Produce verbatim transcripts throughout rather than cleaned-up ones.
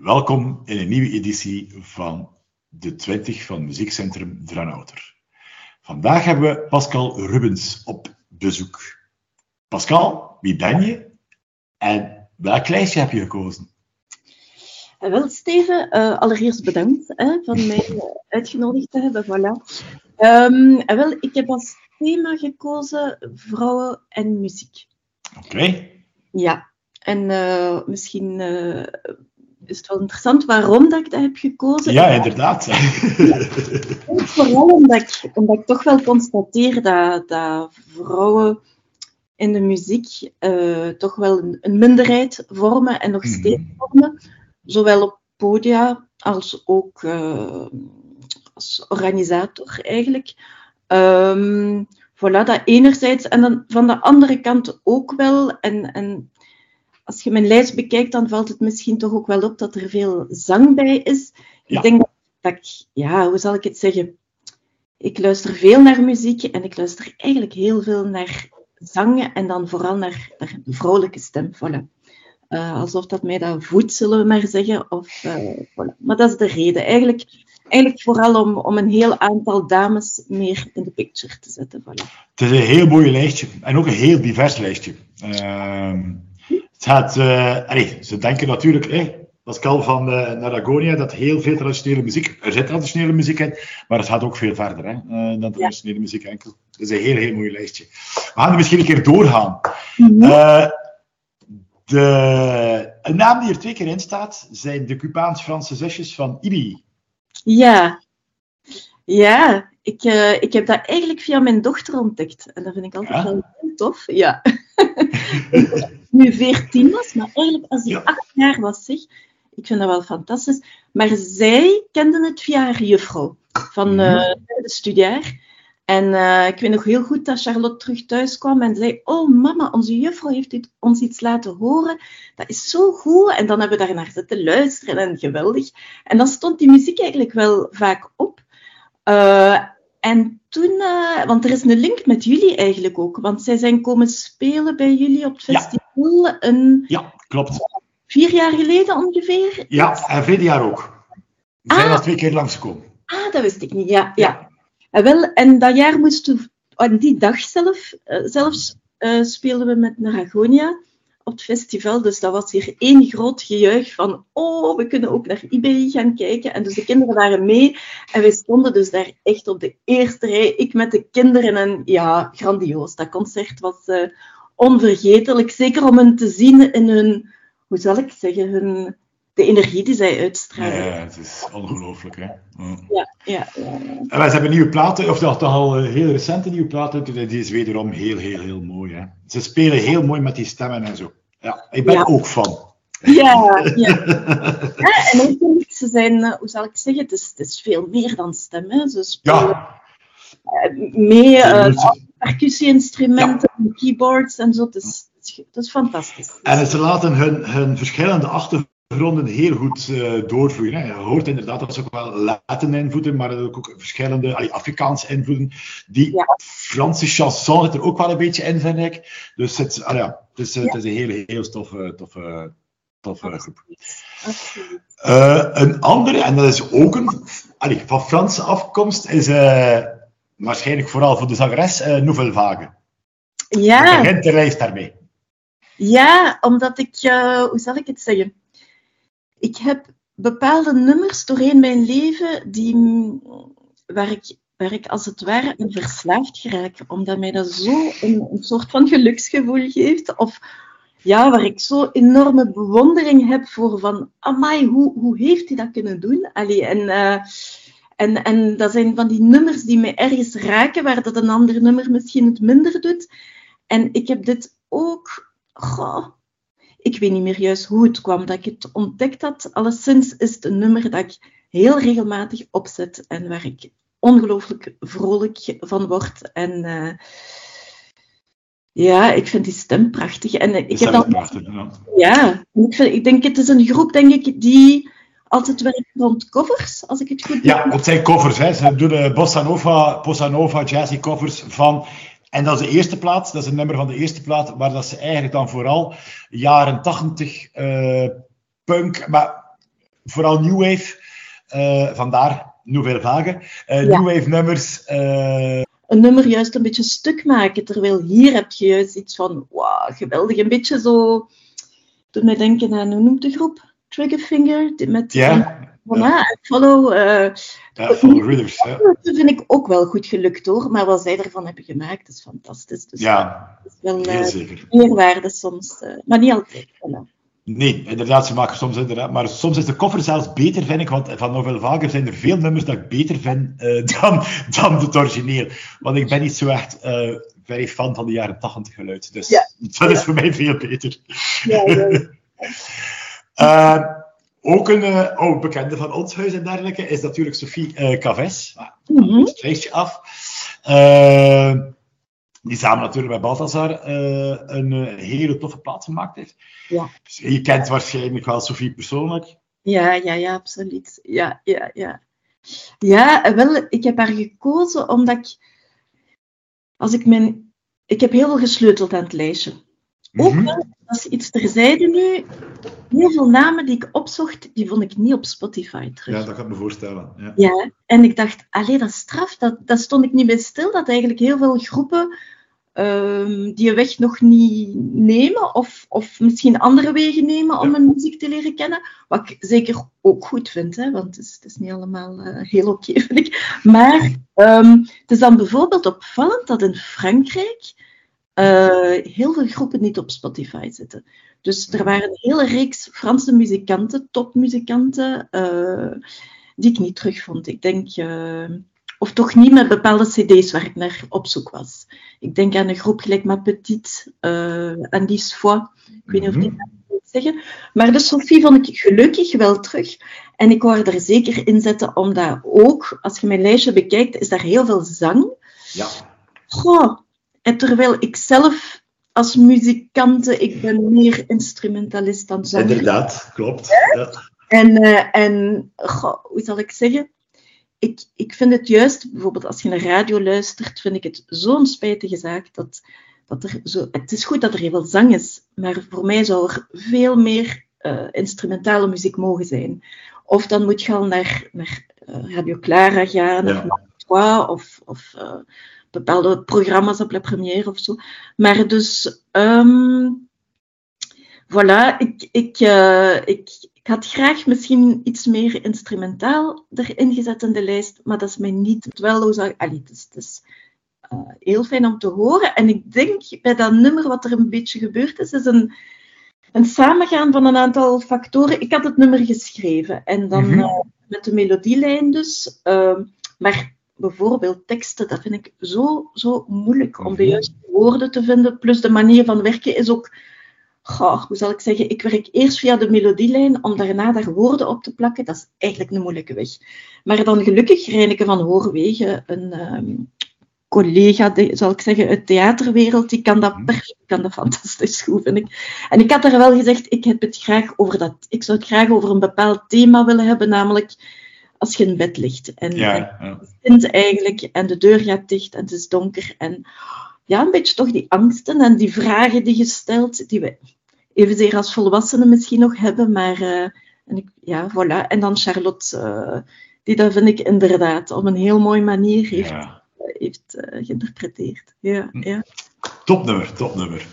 Welkom in een nieuwe editie van de twintig van Muziekcentrum Dranouter. Vandaag hebben we Pascal Rubens op bezoek. Pascal, wie ben je en welk lijstje heb je gekozen? Wel, Steven, uh, allereerst bedankt hè, van mij uitgenodigd te hebben. Voilà. Um, wel, ik heb als thema gekozen vrouwen en muziek. Oké. Okay. Ja, en uh, misschien uh, is het wel interessant waarom dat ik dat heb gekozen. Ja, inderdaad. Ja. Vooral omdat ik, omdat ik toch wel constateer dat, dat vrouwen in de muziek uh, toch wel een, een minderheid vormen en nog steeds vormen. Zowel op podia als ook uh, als organisator eigenlijk. Um, voilà, dat enerzijds. En dan van de andere kant ook wel. En, en als je mijn lijst bekijkt, dan valt het misschien toch ook wel op dat er veel zang bij is. Ja. Ik denk dat, dat ik, ja, hoe zal ik het zeggen? Ik luister veel naar muziek en ik luister eigenlijk heel veel naar zang en dan vooral naar, naar de vrouwelijke stem. Voilà. Uh, alsof dat mij dat voedt, zullen we maar zeggen. Of, uh, voilà. Maar dat is de reden. Eigenlijk, eigenlijk vooral om, om een heel aantal dames meer in de picture te zetten. Voilà. Het is een heel mooi lijstje. En ook een heel divers lijstje. Uh, het gaat, uh, allez, ze denken natuurlijk, eh, Pascal van uh, Naragonia, dat heel veel traditionele muziek... Er zit traditionele muziek in, maar het gaat ook veel verder hè, uh, dan traditionele ja. muziek enkel. Het is een heel, heel mooi lijstje. We gaan er misschien een keer doorgaan. Mm-hmm. Uh, De, een naam die er twee keer in staat, zijn de Cubaans-Franse zusjes van Ibi. Ja, ja ik, uh, ik heb dat eigenlijk via mijn dochter ontdekt. En dat vind ik altijd ja? wel heel tof. Ja. Nu veertien was, maar eigenlijk als die ja. acht jaar was, zeg. Ik vind dat wel fantastisch. Maar zij kenden het via haar juffrouw van uh, de studiejaar. En uh, ik weet nog heel goed dat Charlotte terug thuis kwam en zei: oh mama, onze juffrouw heeft dit, ons iets laten horen. Dat is zo goed. En dan hebben we daar naar zitten luisteren en geweldig. En dan stond die muziek eigenlijk wel vaak op. Uh, en toen, uh, want er is een link met jullie eigenlijk ook. Want zij zijn komen spelen bij jullie op het festival. Ja, een, ja klopt. Vier jaar geleden ongeveer. Ja, en vorig jaar ook. We zijn ah. al twee keer langsgekomen. Ah, dat wist ik niet. Ja, ja. ja. En, wel, en dat jaar moesten we, en die dag zelf, uh, zelfs uh, speelden we met Naragonia op het festival. Dus dat was hier één groot gejuich van, oh, we kunnen ook naar Ibi gaan kijken. En dus de kinderen waren mee. En wij stonden dus daar echt op de eerste rij. Ik met de kinderen. En ja, grandioos. Dat concert was uh, onvergetelijk. Zeker om hen te zien in hun, hoe zal ik zeggen, hun... de energie die zij uitstralen. Ja, het is ongelooflijk, hè. Mm. Ja, ja, ja. En wij hebben nieuwe platen, of toch al heel recente nieuwe platen, die is wederom heel, heel, heel mooi, hè. Ze spelen heel mooi met die stemmen en zo. Ja, ik ben ja. ook fan. Ja, ja. ja en ook, ze zijn, hoe zal ik zeggen, het is, het is veel meer dan stemmen. Ze spelen ja. mee uh, percussie-instrumenten, ja. keyboards en zo. Het is, het is fantastisch. En ze laten hun, hun verschillende achtergronden gronden heel goed uh, doorvloeien. Hè. Je hoort inderdaad dat ze ook wel Latin invloeden, maar ook, ook verschillende allee, Afrikaanse invloeden. Die ja. Franse chanson zit er ook wel een beetje in, vind ik. Dus het, ah, ja, het, is, ja. het is een hele, heel toffe, toffe, toffe groep. Uh, een andere, en dat is ook een, allee, van Franse afkomst, is uh, waarschijnlijk vooral voor de zangeres uh, Nouvelle Vague. Ja. Je begint de lijst daarmee. Ja, omdat ik, uh, hoe zal ik het zeggen? Ik heb bepaalde nummers doorheen mijn leven die, waar, ik, waar ik als het ware aan verslaafd geraak. Omdat mij dat zo een, een soort van geluksgevoel geeft. Of ja, waar ik zo enorme bewondering heb voor van... Amai, hoe, hoe heeft hij dat kunnen doen? Allee, en, uh, en, en dat zijn van die nummers die mij ergens raken, waar dat een ander nummer misschien het minder doet. En ik heb dit ook... Goh, ik weet niet meer juist hoe het kwam dat ik het ontdekt had. Alleszins is het een nummer dat ik heel regelmatig opzet en waar ik ongelooflijk vrolijk van word. En uh, ja, ik vind die stem prachtig. En ik heb dan, prachtig, ja. Ja, ik, vind, ik denk, het is een groep, denk ik, die altijd werkt rond covers, als ik het goed Ja, het zijn covers. Hè. Ze doen uh, bossa nova, bossa nova, jazzy covers van... En dat is de eerste plaat, dat is een nummer van de eerste plaat, waar dat ze eigenlijk dan vooral jaren tachtig uh, punk, maar vooral New Wave, uh, vandaar Nouvelle Vague, uh, ja. New Wave nummers. Uh... Een nummer juist een beetje stuk maken, terwijl hier heb je juist iets van, wauw, geweldig, een beetje zo, doet mij denken aan, hoe noemt de groep? Triggerfinger, met ja. Van, ja. Ah, follow, uh, ja, follow Rhythms. Ja. Dat vind ik ook wel goed gelukt hoor, maar wat zij ervan hebben gemaakt is fantastisch. Dus ja, is wel heel uh, zeker. meerwaarde soms, uh, maar niet altijd. Voilà. Nee, inderdaad, ze maken soms inderdaad, maar soms is de koffer zelfs beter, vind ik, want van Nouvelle Vague zijn er veel nummers dat ik beter vind uh, dan, dan het origineel. Want ik ben niet zo echt uh, very fan van de jaren tachtig geluid, dus ja. dat is ja. voor mij veel beter. Ja, ja, ja. uh, Ook een uh, oh, bekende van ons huis en dergelijke is natuurlijk Sophie uh, Caves. Ah, mm-hmm. Het lijstje af. Uh, die samen natuurlijk met Balthazar uh, een uh, hele toffe plaat gemaakt heeft. Ja. Dus je kent waarschijnlijk wel Sophie persoonlijk. Ja, ja, ja, absoluut. Ja, ja, ja. Ja, wel, ik heb haar gekozen omdat ik... Als ik mijn... Ik heb heel veel gesleuteld aan het lijstje. Ook mm-hmm. wel, als iets terzijde nu, heel veel namen die ik opzocht, die vond ik niet op Spotify terug. Ja, dat kan ik me voorstellen. Ja, ja en ik dacht, allee, dat is straf, dat, dat stond ik niet bij stil, dat eigenlijk heel veel groepen um, die een weg nog niet nemen, of, of misschien andere wegen nemen om ja. hun muziek te leren kennen, wat ik zeker ook goed vind, hè, want het is, het is niet allemaal uh, heel oké, okay, vind ik. Maar um, het is dan bijvoorbeeld opvallend dat in Frankrijk Uh, heel veel groepen niet op Spotify zitten. Dus er waren een hele reeks Franse muzikanten, topmuzikanten, uh, die ik niet terugvond. Ik denk, uh, of toch niet met bepaalde cd's waar ik naar op zoek was. Ik denk aan een groep gelijk Ma Petite, uh, aan Dix Fois. Ik weet niet of ik dat moet zeggen. Maar de Sophie vond ik gelukkig wel terug. En ik wou er zeker in zetten, omdat ook, als je mijn lijstje bekijkt, is daar heel veel zang. Ja. Goh. En terwijl ik zelf als muzikante, ik ben meer instrumentalist dan zanger. Inderdaad, klopt. Ja. En, uh, en goh, hoe zal ik zeggen? Ik, ik vind het juist, bijvoorbeeld als je naar radio luistert, vind ik het zo'n spijtige zaak dat, dat er zo... Het is goed dat er heel veel zang is, maar voor mij zou er veel meer uh, instrumentale muziek mogen zijn. Of dan moet je al naar, naar uh, Radio Clara gaan, ja. Of Trois, of... of uh, bepaalde programma's op La Première of zo. Maar dus, um, voilà, ik, ik, uh, ik, ik had graag misschien iets meer instrumentaal erin gezet in de lijst, maar dat is mij niet wel hoe zou allee, het is, het is uh, heel fijn om te horen. En ik denk bij dat nummer wat er een beetje gebeurd is, is een, een samengaan van een aantal factoren. Ik had het nummer geschreven en dan mm-hmm. uh, met de melodielijn dus, uh, maar bijvoorbeeld teksten, dat vind ik zo, zo moeilijk om de juiste woorden te vinden. Plus de manier van werken is ook, goh, hoe zal ik zeggen, ik werk eerst via de melodielijn om daarna daar woorden op te plakken. Dat is eigenlijk een moeilijke weg. Maar dan gelukkig Reineke van Hoorwegen, een um, collega, de, zal ik zeggen, uit de theaterwereld, die kan dat perfect, kan dat fantastisch goed, vind ik. En ik had daar wel gezegd, ik heb het graag over dat, ik zou het graag over een bepaald thema willen hebben, namelijk als je in bed ligt en, ja, en ja. het tint eigenlijk en de deur gaat dicht en het is donker en ja, een beetje toch die angsten en die vragen die je stelt, die we evenzeer als volwassenen misschien nog hebben, maar uh, en ik, ja, voilà. En dan Charlotte, uh, die dat vind ik inderdaad op een heel mooie manier heeft, ja. uh, heeft uh, geïnterpreteerd. Ja, ja. Topnummer, topnummer.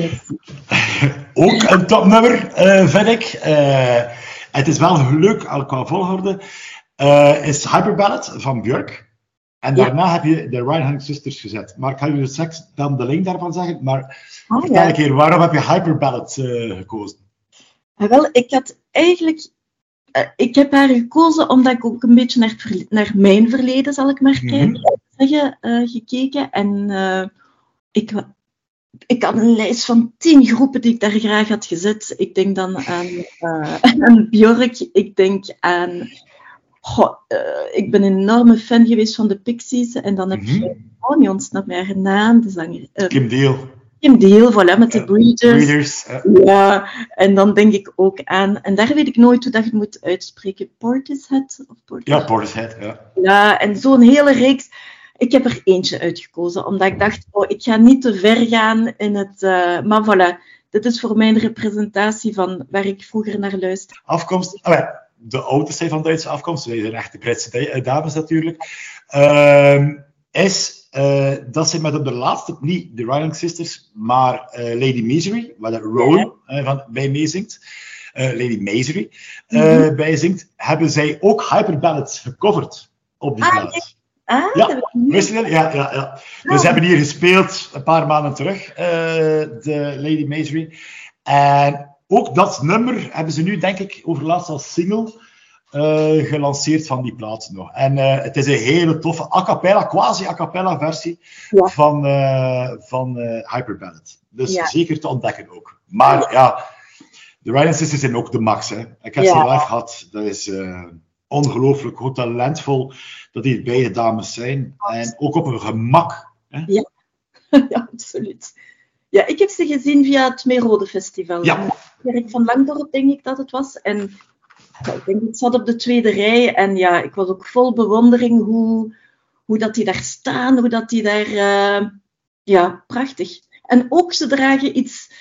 Ook een topnummer, uh, vind ik. Uh, het is wel leuk, al qua volgorde. Uh, is Hyperballad van Björk. En daarna ja. heb je de Reinhardt Sisters gezet. Maar ik ga je straks dan de link daarvan zeggen. Maar oh, vertel ja. een keer, waarom heb je Hyperballad uh, gekozen? Uh, wel, ik had eigenlijk... Uh, ik heb haar gekozen omdat ik ook een beetje naar, het verle- naar mijn verleden, zal ik maar mm-hmm. zeggen, uh, gekeken. En uh, ik... Ik had een lijst van tien groepen die ik daar graag had gezet. Ik denk dan aan, uh, aan Björk. Ik denk aan... Goh, uh, ik ben een enorme fan geweest van de Pixies. En dan heb mm-hmm. je... Oh, niet ontsnapt mij haar naam. De zanger... Uh, Kim Deal. Kim Deal, voilà, met de uh, Breeders. Breeders uh. Ja, en dan denk ik ook aan... En daar weet ik nooit hoe dat je het moet uitspreken. Portishead? Of Portishead? Ja, Portishead, ja. Ja, en zo'n hele reeks... Ik heb er eentje uitgekozen, omdat ik dacht, oh, ik ga niet te ver gaan in het... Uh, maar voilà, dit is voor mij een representatie van waar ik vroeger naar luisterde. Afkomst... Oh ja. de ouders zijn van Duitse afkomst, zij zijn echte Britse dames natuurlijk, uh, is uh, dat ze met op de laatste, niet de Riding Sisters, maar uh, Lady Misery, waar de Rowan uh, van, bij meezingt, uh, Lady Misery uh, mm-hmm. bij zingt, hebben zij ook Hyperballads gecoverd op die ah, plaats. Ah, ja, wist je dat? Ja, ja, ja. Dus ze hebben hier gespeeld een paar maanden terug, uh, de Lady Misery. En ook dat nummer hebben ze nu, denk ik, overlaatst als single uh, gelanceerd van die plaat nog. En uh, het is een hele toffe a cappella, quasi a cappella versie ja. van, uh, van uh, Hyperballad. Dus ja. zeker te ontdekken ook. Maar ja, ja de Riding Sisters zijn ook de max. Hè. Ik heb ja. ze live gehad. Dat is uh, ongelooflijk hoe talentvol dat die beide dames zijn. Absoluut. En ook op een gemak. Hè. Ja. ja, absoluut. Ja, ik heb ze gezien via het Meerode Festival. Ja. Erik van Langdorp, denk ik dat het was. En ja, ik denk, ik zat op de tweede rij. En ja, ik was ook vol bewondering hoe, hoe dat die daar staan. Hoe dat die daar... Uh, ja, prachtig. En ook, ze dragen iets...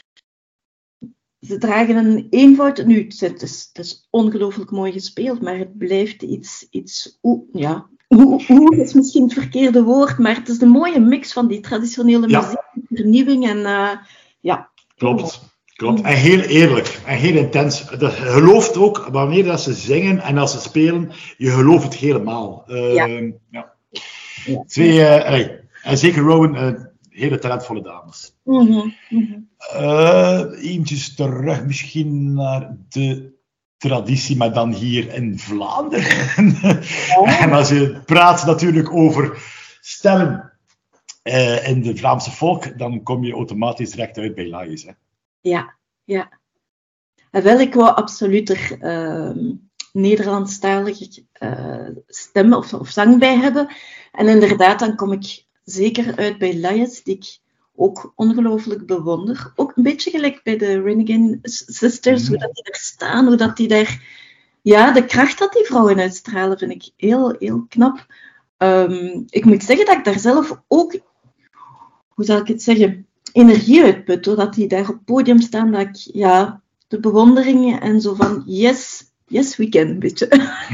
Ze dragen een eenvoud... Nu, het is, het is ongelooflijk mooi gespeeld, maar het blijft iets... iets ja, Oeh, is misschien het verkeerde woord, maar het is een mooie mix van die traditionele ja. muziek, vernieuwing en uh, ja. Klopt, klopt. En heel eerlijk en heel intens. Dat gelooft ook wanneer dat ze zingen en als ze spelen, je gelooft het helemaal. Uh, ja. ja. ja. Twee, uh, allee, en zeker Rowan, uh, hele talentvolle dames. Mm-hmm. Mm-hmm. Uh, eventjes terug misschien naar de traditie, maar dan hier in Vlaanderen. Oh. En als je praat natuurlijk over stellen uh, in de Vlaamse volk, dan kom je automatisch direct uit bij Laïs. Hè? Ja, ja. En wel, ik wou absoluut er uh, Nederlandstalige uh, stem of, of zang bij hebben. En inderdaad, dan kom ik zeker uit bij Laïs, die ik ook ongelooflijk bewonder. Ook een beetje gelijk bij de Renegade Sisters, mm. hoe dat die daar staan, hoe dat die daar... Ja, de kracht dat die vrouwen uitstralen, vind ik heel, heel knap. Um, ik moet zeggen dat ik daar zelf ook, hoe zal ik het zeggen, energie uitput, doordat die daar op het podium staan, dat ik, ja, de bewondering en zo van, yes, yes we can, een beetje.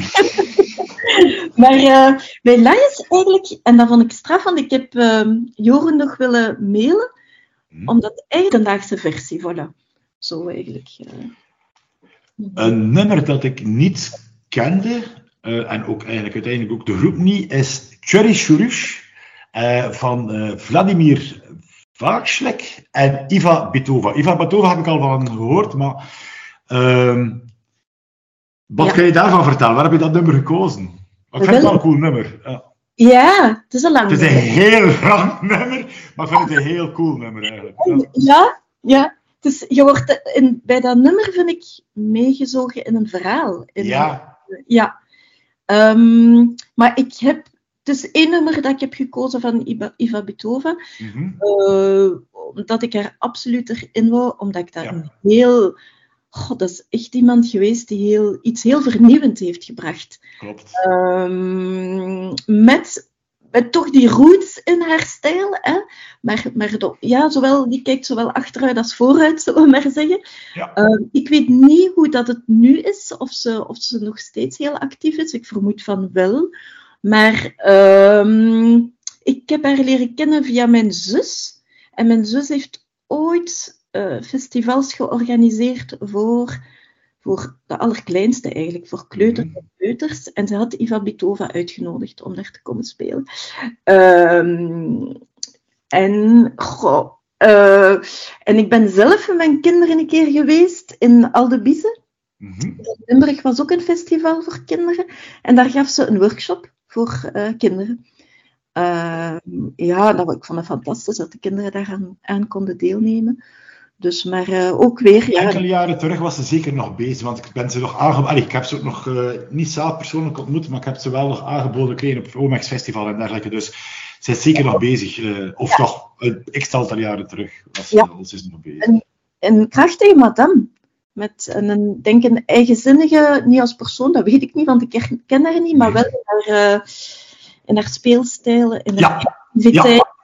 Maar uh, bij Laïs eigenlijk, en dat vond ik straf, want ik heb uh, Joren nog willen mailen, hmm. omdat eigenlijk de Haagse versie, voilà. Zo eigenlijk. Uh. Een nummer dat ik niet kende, uh, en ook eigenlijk uiteindelijk ook de groep niet, is Cherry Shurush uh, van uh, Vladimir Vaarslek en Iva Bitova. Iva Bitova heb ik al van gehoord, maar uh, wat ja. kan je daarvan vertellen? Waar heb je dat nummer gekozen? Ik vind het wel een cool nummer. Ja, ja het is een lang nummer. Het is een nummer. heel lang nummer, maar ik vind het een heel cool nummer eigenlijk. Ja, ja. ja. Dus je wordt in, bij dat nummer, vind ik, meegezogen in een verhaal. In, ja. ja. Um, maar ik heb... Het is één nummer dat ik heb gekozen van Iva, Iva Bitova. Mm-hmm. Uh, omdat ik er absoluut erin wou. Omdat ik daar ja. een heel... God, dat is echt iemand geweest die heel, iets heel vernieuwend heeft gebracht. Klopt. Um, met, met toch die roots in haar stijl. Hè? Maar, maar do, ja, zowel, die kijkt zowel achteruit als vooruit, zullen we maar zeggen. Ja. Um, ik weet niet hoe dat het nu is. Of ze, of ze nog steeds heel actief is. Ik vermoed van wel. Maar um, ik heb haar leren kennen via mijn zus. En mijn zus heeft ooit... Uh, festivals georganiseerd voor, voor de allerkleinste eigenlijk, voor kleuters en peuters. En ze had Iva Bitova uitgenodigd om daar te komen spelen. Um, en, goh, uh, en ik ben zelf met mijn kinderen een keer geweest in Aldebize. Mm-hmm. Limburg was ook een festival voor kinderen. En daar gaf ze een workshop voor uh, kinderen. Uh, ja, dat, ik vond het fantastisch dat de kinderen daaraan aan konden deelnemen. Dus, maar uh, ook weer... Ja, enkele jaren terug was ze zeker nog bezig, want ik ben ze nog aangeboden... Ik heb ze ook nog uh, niet zelf persoonlijk ontmoet, maar ik heb ze wel nog aangeboden gekregen op het Omex Festival en dergelijke. Dus ze is zeker nog bezig. Uh, of ja. toch, uh, ik stel het al jaren terug. Was, ja. uh, ze is nog bezig. Een, een krachtige madame. Met een, denk een eigenzinnige, niet als persoon, dat weet ik niet, want ik ken haar niet, maar wel in haar, uh, in haar speelstijl, in haar ja. activiteit. Ja.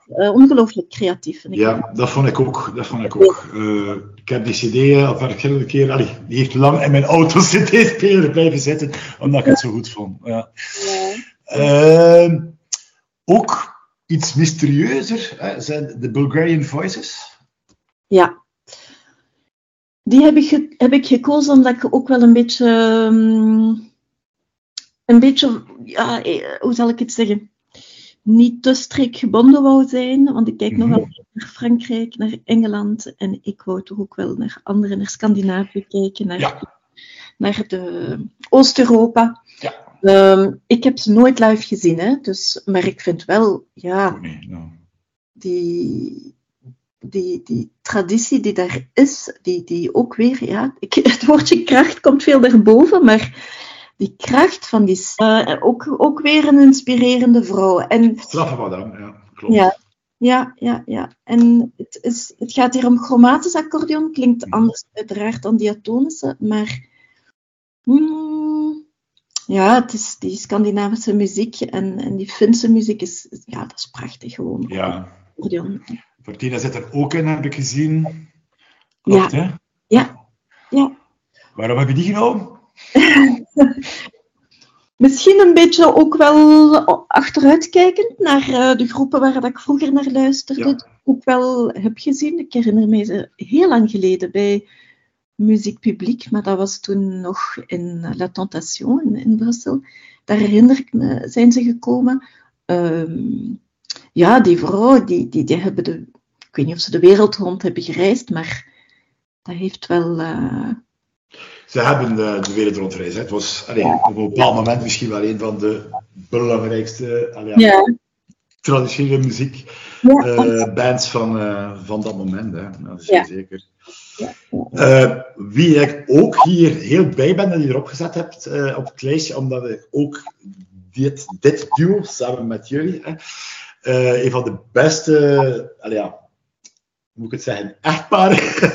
uh, ongelooflijk creatief. Vind ik. Ja, dat vond ik ook. Dat vond ik ook. Uh, ik heb die cd al verschillende keer, allee, die heeft lang in mijn auto-cd-speler blijven zitten, omdat ik het zo goed vond. Ja. Ja. Uh, ook iets mysterieuzer hè, zijn de Bulgarian Voices. Ja. Die heb ik, ge- heb ik gekozen omdat ik ook wel een beetje, um, een beetje, ja, hoe zal ik het zeggen, niet te strikt gebonden wou zijn, want ik kijk mm-hmm. nog wel naar Frankrijk, naar Engeland en ik wou toch ook wel naar andere, naar Scandinavië kijken, naar, ja. naar de Oost-Europa. Ja. Um, ik heb ze nooit live gezien, hè, dus, maar ik vind wel, ja, oh nee, no. die... Die, die traditie die daar is, die, die ook weer, ja, ik, het woordje kracht komt veel erboven, maar die kracht van die, uh, ook, ook weer een inspirerende vrouw. En, Straffe madame, ja, klopt. Ja, ja, ja, ja. En het, is, het gaat hier om chromatisch accordeon, klinkt mm. anders uiteraard dan diatonische, maar mm, ja, het is die Scandinavische muziek en, en die Finse muziek is, ja, dat is prachtig gewoon. Ja. Accordeon. Fortina zit er ook in, heb ik gezien. Klopt, ja. hè? Ja. Ja. Waarom heb je die genomen? Misschien een beetje ook wel achteruitkijkend naar uh, de groepen waar dat ik vroeger naar luisterde. Ja. Ook wel heb gezien. Ik herinner me ze heel lang geleden bij Muziek Publiek, maar dat was toen nog in La Tentation in, in Brussel. Daar herinner ik me, zijn ze gekomen. Um, Ja, die vrouw, die, die, die hebben de... Ik weet niet of ze de wereld rond hebben gereisd, maar dat heeft wel... Uh... Ze hebben de, de wereld rondgereisd. Het was allee, ja. op een bepaald moment misschien wel een van de belangrijkste allee, ja. traditionele muziek ja. uh, bands van, uh, van dat moment. Hè. Dat is ja. zeker. Ja. Uh, wie ik ook hier heel blij ben dat je erop gezet hebt uh, op het lijstje, omdat ik ook dit, dit duo, samen met jullie... Hè, Uh, een van de beste, allee, ja, moet ik het zeggen, echtparen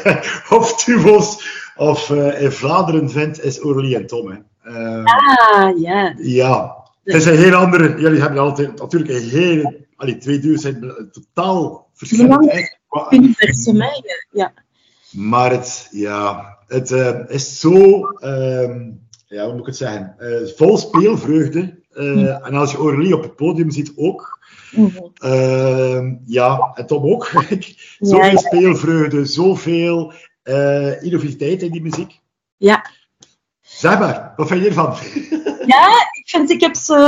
of duo's of uh, in Vlaanderen vindt, is Aurélie en Tom. Hè. Uh, ah, ja. Ja, het is een heel andere, jullie hebben altijd natuurlijk een hele, allee, twee duo's zijn totaal verschillend. Universum, ja. Maar het, ja, het uh, is zo, um, ja, hoe moet ik het zeggen, uh, vol speelvreugde. Uh, ja. En als je Aurélie op het podium ziet ook, Mm-hmm. Uh, ja, en Tom ook. Zoveel ja, ja. speelvreugde, zoveel uh, innovativiteit in die muziek. Ja. Zeg maar, wat vind je ervan? Ja, ik vind, ik heb ze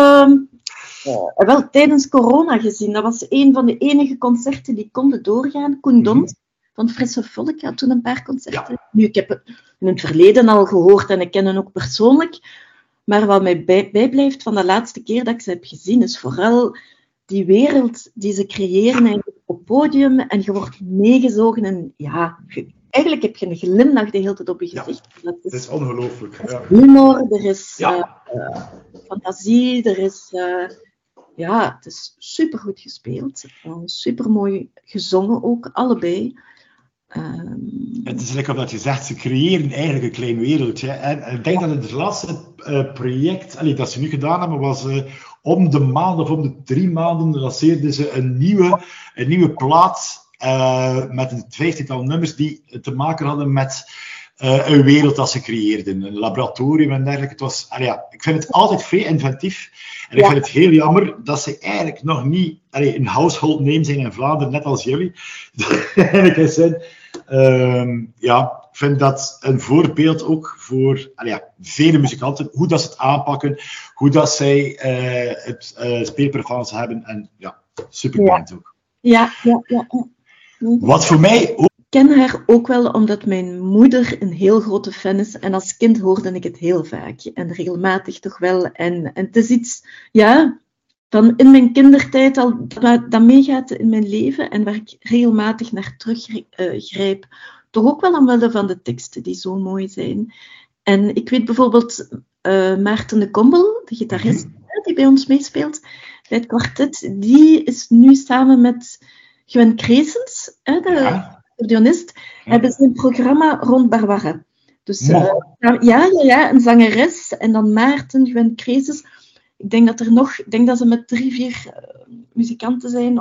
uh, wel tijdens corona gezien. Dat was een van de enige concerten die konden doorgaan. Koen Dons mm-hmm. van Frisse Volk had toen een paar concerten. Ja. Nu, ik heb het in het verleden al gehoord en ik ken hen ook persoonlijk. Maar wat mij bij, bijblijft van de laatste keer dat ik ze heb gezien, is vooral die wereld die ze creëren eigenlijk op het podium en je wordt meegezogen en ja, je, eigenlijk heb je een glimlach de hele tijd op je gezicht. Ja, dat is, is ongelooflijk. Er is humor, er is ja. uh, uh, fantasie, er is... Uh, ja, het is supergoed gespeeld. Uh, supermooi gezongen ook, allebei. Um, het is lekker wat je zegt, ze creëren eigenlijk een klein wereldje. En, en ik denk dat het laatste uh, project allee, dat ze nu gedaan hebben, was uh, om de maand of om de drie maanden lanceerden ze een nieuwe, een nieuwe plaat uh, met een vijftigtal nummers die te maken hadden met uh, een wereld dat ze creëerden. Een laboratorium en dergelijke. Het was, allee, ja, ik vind het altijd vrij inventief. En ik vind het heel jammer dat ze eigenlijk nog niet allee, een household name zijn in Vlaanderen, net als jullie. Eigenlijk in zin. Um, ja, ik vind dat een voorbeeld ook voor allee, ja, vele muzikanten, hoe dat ze het aanpakken, hoe dat zij uh, het uh, speelperformance hebben en ja, super ja. ook. Ja, ja, ja, ja. Wat voor mij ook... Ik ken haar ook wel omdat mijn moeder een heel grote fan is en als kind hoorde ik het heel vaak en regelmatig toch wel en, en het is iets, ja... van in mijn kindertijd al, dat, dat meegaat in mijn leven en waar ik regelmatig naar teruggrijp. Uh, Toch ook wel omwille van de teksten die zo mooi zijn. En ik weet bijvoorbeeld uh, Maarten de Kombel, de gitarist mm-hmm. die bij ons meespeelt, bij het kwartet, die is nu samen met Gwen Creesens, de ja. accordeonist, ja. hebben ze een programma rond Barbara. Dus uh, ja, ja, ja, een zangeres en dan Maarten, Gwen Creesens. Ik denk dat er nog, ik denk dat ze met drie, vier uh, muzikanten zijn op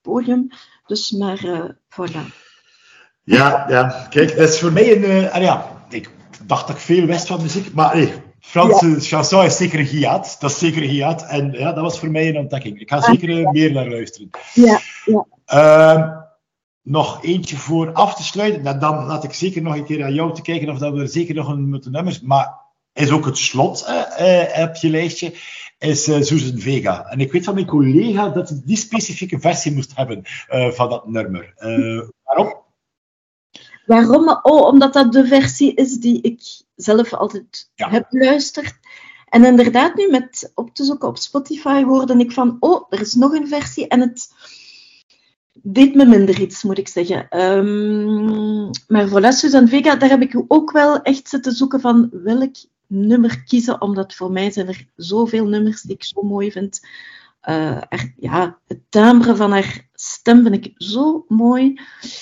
podium. Dus maar, uh, voilà. Ja, ja, kijk, dat is voor mij een... Uh, ah, ja, ik dacht dat ik veel wist van muziek, maar nee, Franse ja. chanson is zeker een hiaat. Dat is zeker een hiaat. En ja, dat was voor mij een ontdekking. Ik ga zeker uh, meer naar luisteren. Ja, ja. Uh, nog eentje voor af te sluiten. En dan laat ik zeker nog een keer aan jou te kijken of dat we er zeker nog een moeten nummers... Maar is ook het slot uh, uh, op je lijstje, is uh, Susan Vega. En ik weet van mijn collega dat hij die specifieke versie moest hebben uh, van dat nummer. Uh, waarom? Waarom? Oh, omdat dat de versie is die ik zelf altijd ja. heb geluisterd. En inderdaad, nu met op te zoeken op Spotify hoorde ik van, oh, er is nog een versie. En het deed me minder iets, moet ik zeggen. Um, maar voilà, Susan Vega, daar heb ik ook wel echt zitten zoeken van welk nummer kiezen. Omdat voor mij zijn er zoveel nummers die ik zo mooi vind. Uh, er, ja, het timbre van haar stem vind ik zo mooi.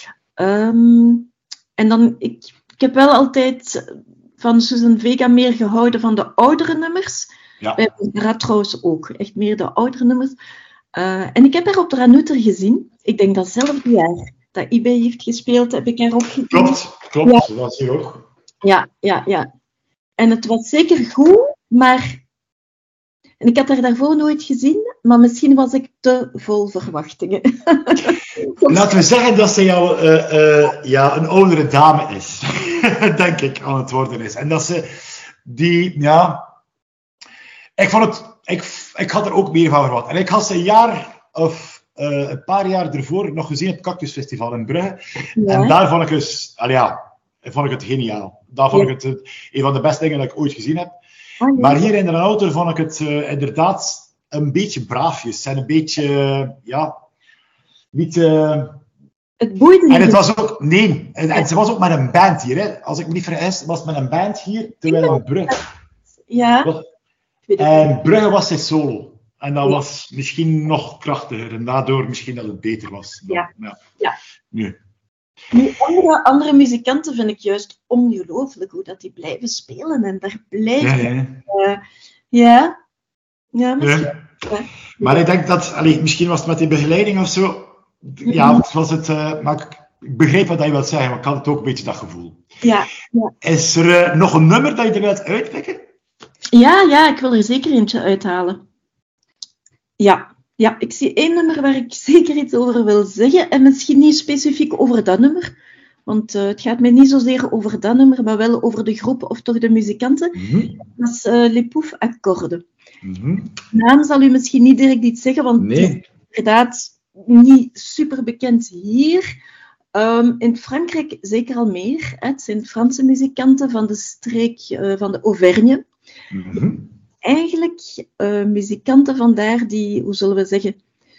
Um, En dan, ik, ik heb wel altijd van Susan Vega meer gehouden van de oudere nummers. Ja. Bij Barbara trouwens ook, echt meer de oudere nummers. Uh, en ik heb haar op de Ranuter gezien. Ik denk datzelfde jaar dat eBay heeft gespeeld, heb ik haar ook gezien. Klopt, klopt, ja. Dat was hier ook. Ja, ja, ja. En het was zeker goed, maar... En ik had haar daarvoor nooit gezien, maar misschien was ik te vol verwachtingen. Laten we zeggen dat ze jou, uh, uh, ja, een oudere dame is. Denk ik, aan het worden is. En dat ze die, ja... Ik vond het... Ik, ik had er ook meer van verwacht. En ik had ze een jaar of uh, een paar jaar ervoor nog gezien op het Cactus Festival in Brugge. Ja. En daar vond ik, dus, al ja, vond ik het geniaal. Daar vond ja. ik het een van de beste dingen dat ik ooit gezien heb. Ah, ja. Maar hier in de auto vond ik het uh, inderdaad een beetje braafjes. En een beetje, uh, ja, niet... Uh... Het boeide niet. En het was ook... Nee, en, en ze was ook met een band hier. Hè. Als ik me niet vergis, was met een band hier, terwijl in Brugge... Ja. Was, en Brugge was zij solo. En dat ja. was misschien nog krachtiger. En daardoor misschien dat het beter was. Dan, ja. ja. ja. Nu. Nu, andere, andere muzikanten vind ik juist ongelooflijk hoe dat die blijven spelen en daar blijven. Ja, ja. Uh, ja. ja, misschien. Ja. Ja. Maar ik denk dat, allee, misschien was het met die begeleiding of zo. Ja, het was het. Uh, maar ik, ik begreep wat je wilt zeggen, maar ik had het ook een beetje dat gevoel. Ja. ja. Is er uh, nog een nummer dat je er wilt uitpikken? Ja, ja, ik wil er zeker eentje uithalen. Ja. Ja, ik zie één nummer waar ik zeker iets over wil zeggen. En misschien niet specifiek over dat nummer. Want uh, het gaat mij niet zozeer over dat nummer, maar wel over de groep of toch de muzikanten. Mm-hmm. Dat is uh, Les Poufs à Cordes. Mm-hmm. De naam zal u misschien niet direct iets zeggen, want nee. het is inderdaad niet super bekend hier. Um, in Frankrijk zeker al meer. Hè. Het zijn Franse muzikanten van de streek uh, van de Auvergne. Mm-hmm. Eigenlijk uh, muzikanten vandaar die, hoe zullen we zeggen,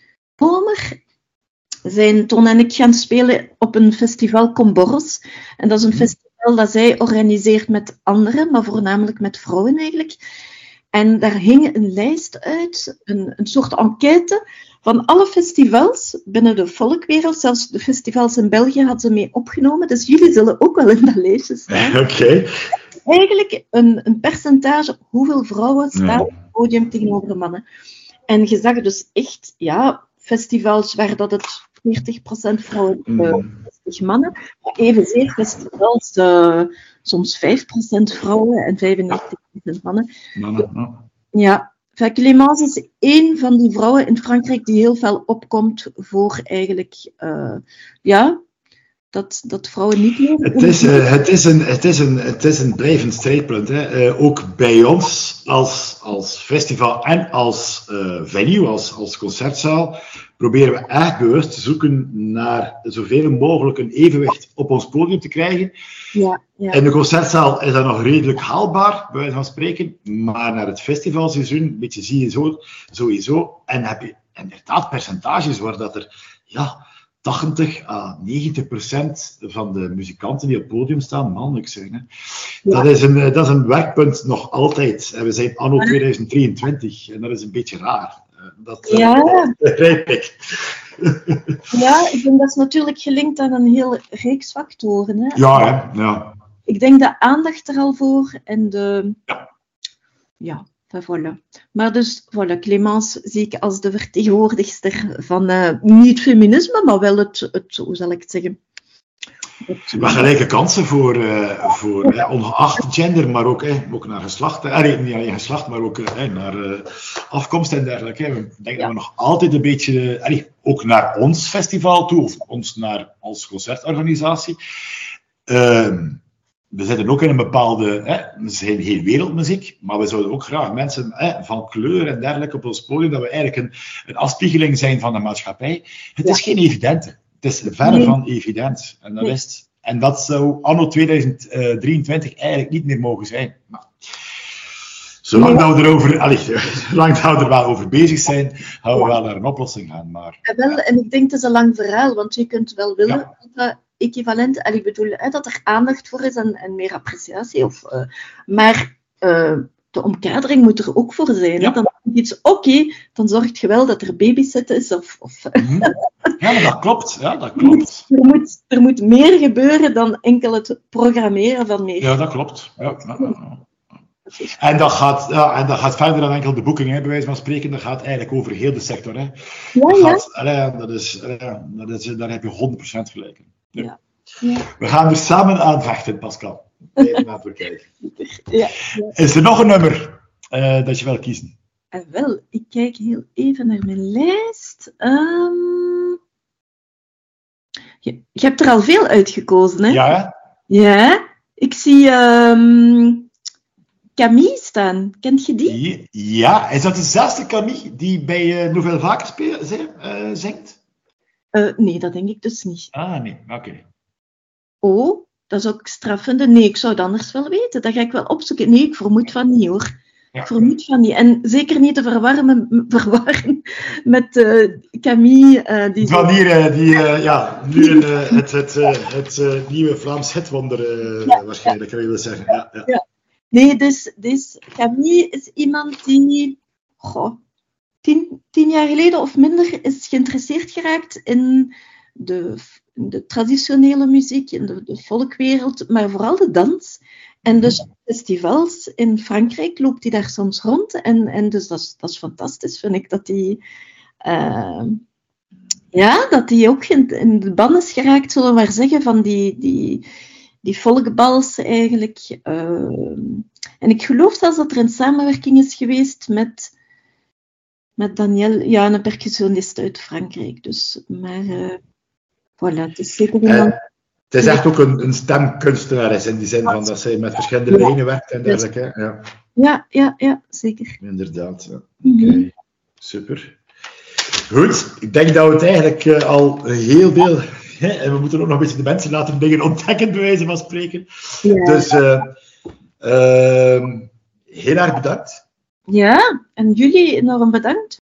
Homer zijn Ton en ik gaan spelen op een festival Comborres. En dat is een festival dat zij organiseert met anderen, maar voornamelijk met vrouwen eigenlijk. En daar hing een lijst uit, een, een soort enquête van alle festivals binnen de volkwereld. Zelfs de festivals in België had ze mee opgenomen, dus jullie zullen ook wel in dat lijstje staan. Oké. Okay. Eigenlijk een, een percentage hoeveel vrouwen staan ja. op het podium tegenover mannen. En je zag dus echt, ja, festivals waar dat het veertig procent vrouwen, uh, zestig mannen, maar evenzeer festivals, uh, soms vijf procent vrouwen en vijfennegentig procent mannen. Mannen, ja. Ja, Clémence is één van die vrouwen in Frankrijk die heel veel opkomt voor eigenlijk, uh, ja... Dat, dat vrouwen niet meer... Het is, uh, het is, een, het is, een, het is een blijvend strijdpunt. Hè. Uh, ook bij ons als, als festival en als uh, venue, als, als concertzaal, proberen we echt bewust te zoeken naar zoveel mogelijk een evenwicht op ons podium te krijgen. Ja, ja. In de concertzaal is dat nog redelijk haalbaar, bij wijze van spreken. Maar naar het festivalseizoen, een beetje zie je zo, sowieso. En heb je inderdaad percentages waar dat er... ja, tachtig à negentig procent van de muzikanten die op het podium staan mannelijk zijn. Hè. Ja. Dat, is een, dat is een werkpunt nog altijd. En we zijn anno tweeduizend drieëntwintig en dat is een beetje raar. Dat, ja. dat begrijp ik. Ja, ik denk dat is natuurlijk gelinkt aan een hele reeks factoren. Hè. Ja, hè? Ja. Ik denk de aandacht er al voor en de... Ja. ja Voilà. Maar dus, voilà, Clémence zie ik als de vertegenwoordigster van uh, niet feminisme, maar wel het, het, hoe zal ik het zeggen? Het, maar gelijke kansen voor, uh, voor ja. eh, ongeacht gender, maar ook, eh, ook naar geslacht. Eh, nee, niet alleen geslacht, maar ook eh, naar uh, afkomst en dergelijke. Ik denk ja. dat we nog altijd een beetje, eh, ook naar ons festival toe, of ons naar als concertorganisatie. Uh, We zitten ook in een bepaalde... Hè, we zijn geen wereldmuziek, maar we zouden ook graag mensen hè, van kleur en dergelijke op ons podium, dat we eigenlijk een, een afspiegeling zijn van de maatschappij. Het ja. is geen evidente. Het is verre nee. van evident. En dat, nee. is, en dat zou anno tweeduizend drieëntwintig eigenlijk niet meer mogen zijn. Maar, zolang nee. we erover, allez, zolang we er wel over bezig zijn, gaan we wel naar een oplossing gaan. Maar, ja, wel, en ik denk het is een lang verhaal, want je kunt wel willen... Ja. equivalent, en ik bedoel hè, dat er aandacht voor is en, en meer appreciatie, of, uh, maar uh, de omkadering moet er ook voor zijn. Ja. Hè? Dan is iets oké, okay, dan zorgt je wel dat er babysit is. Of, of mm-hmm. Ja, maar dat klopt. Ja, dat klopt. Er, moet, er moet meer gebeuren dan enkel het programmeren van meer. Ja, dat klopt. Ja, ja, ja. En dat, gaat, ja, en dat gaat verder dan enkel de boeking, hè, bij wijze van spreken. Dat gaat eigenlijk over heel de sector. Hè. Ja, dat ja. Gaat, allee, dat is, allee, dat is, daar heb je honderd procent gelijk in. Ja. Ja. Ja. We gaan er samen aan vechten, Pascal. Even naar kijken. Ja, ja. Is er nog een nummer uh, dat je wil kiezen? Uh, wel, ik kijk heel even naar mijn lijst. Um... Je, je hebt er al veel uitgekozen, hè? Ja, hè? Ja. Ik zie um... Camille staan. Kent je die? Ja. Is dat dezelfde Camille die bij uh, Nouvelle Vague speel, uh, zingt? Uh, nee, dat denk ik dus niet. Ah, nee. Oké. Okay. Oh, dat zou ik straf vinden. Nee, ik zou het anders wel weten. Dat ga ik wel opzoeken. Nee, ik vermoed van niet, hoor. Ja. Ik vermoed van niet. En zeker niet te verwarren, verwarren met uh, Camille. Uh, die van hier, uh, die uh, ja, nu een, uh, het, het, uh, het uh, nieuwe Vlaams hitwonder, uh, ja, waarschijnlijk, ja. Kan je wel zeggen. Ja, ja. Ja. Nee, dus, dus Camille is iemand die... Goh, Tien, tien jaar geleden of minder is geïnteresseerd geraakt in de, de traditionele muziek, in de, de volkwereld, maar vooral de dans. En dus festivals in Frankrijk loopt hij daar soms rond. En, en dus dat is, dat is fantastisch, vind ik, dat hij, uh, ja, dat hij ook in, in de ban is geraakt, zullen we maar zeggen, van die, die, die volkbals eigenlijk. Uh, en ik geloof zelfs dat er een samenwerking is geweest met... Met Daniel, ja, een percussionist uit Frankrijk. Dus, maar, uh, voilà, het is zeker iemand... Uh, het is echt ook een, een stemkunstenares in die zin van dat zij met verschillende ja. lijnen werkt en dergelijke. Ja. Ja, ja, ja, zeker. Inderdaad, ja. Oké, mm-hmm. Super. Goed, ik denk dat we het eigenlijk uh, al heel veel... Hè, en we moeten ook nog een beetje de mensen laten dingen ontdekken, bij wijze van spreken. Ja. Dus, uh, uh, heel erg bedankt. Ja, en jullie enorm bedankt.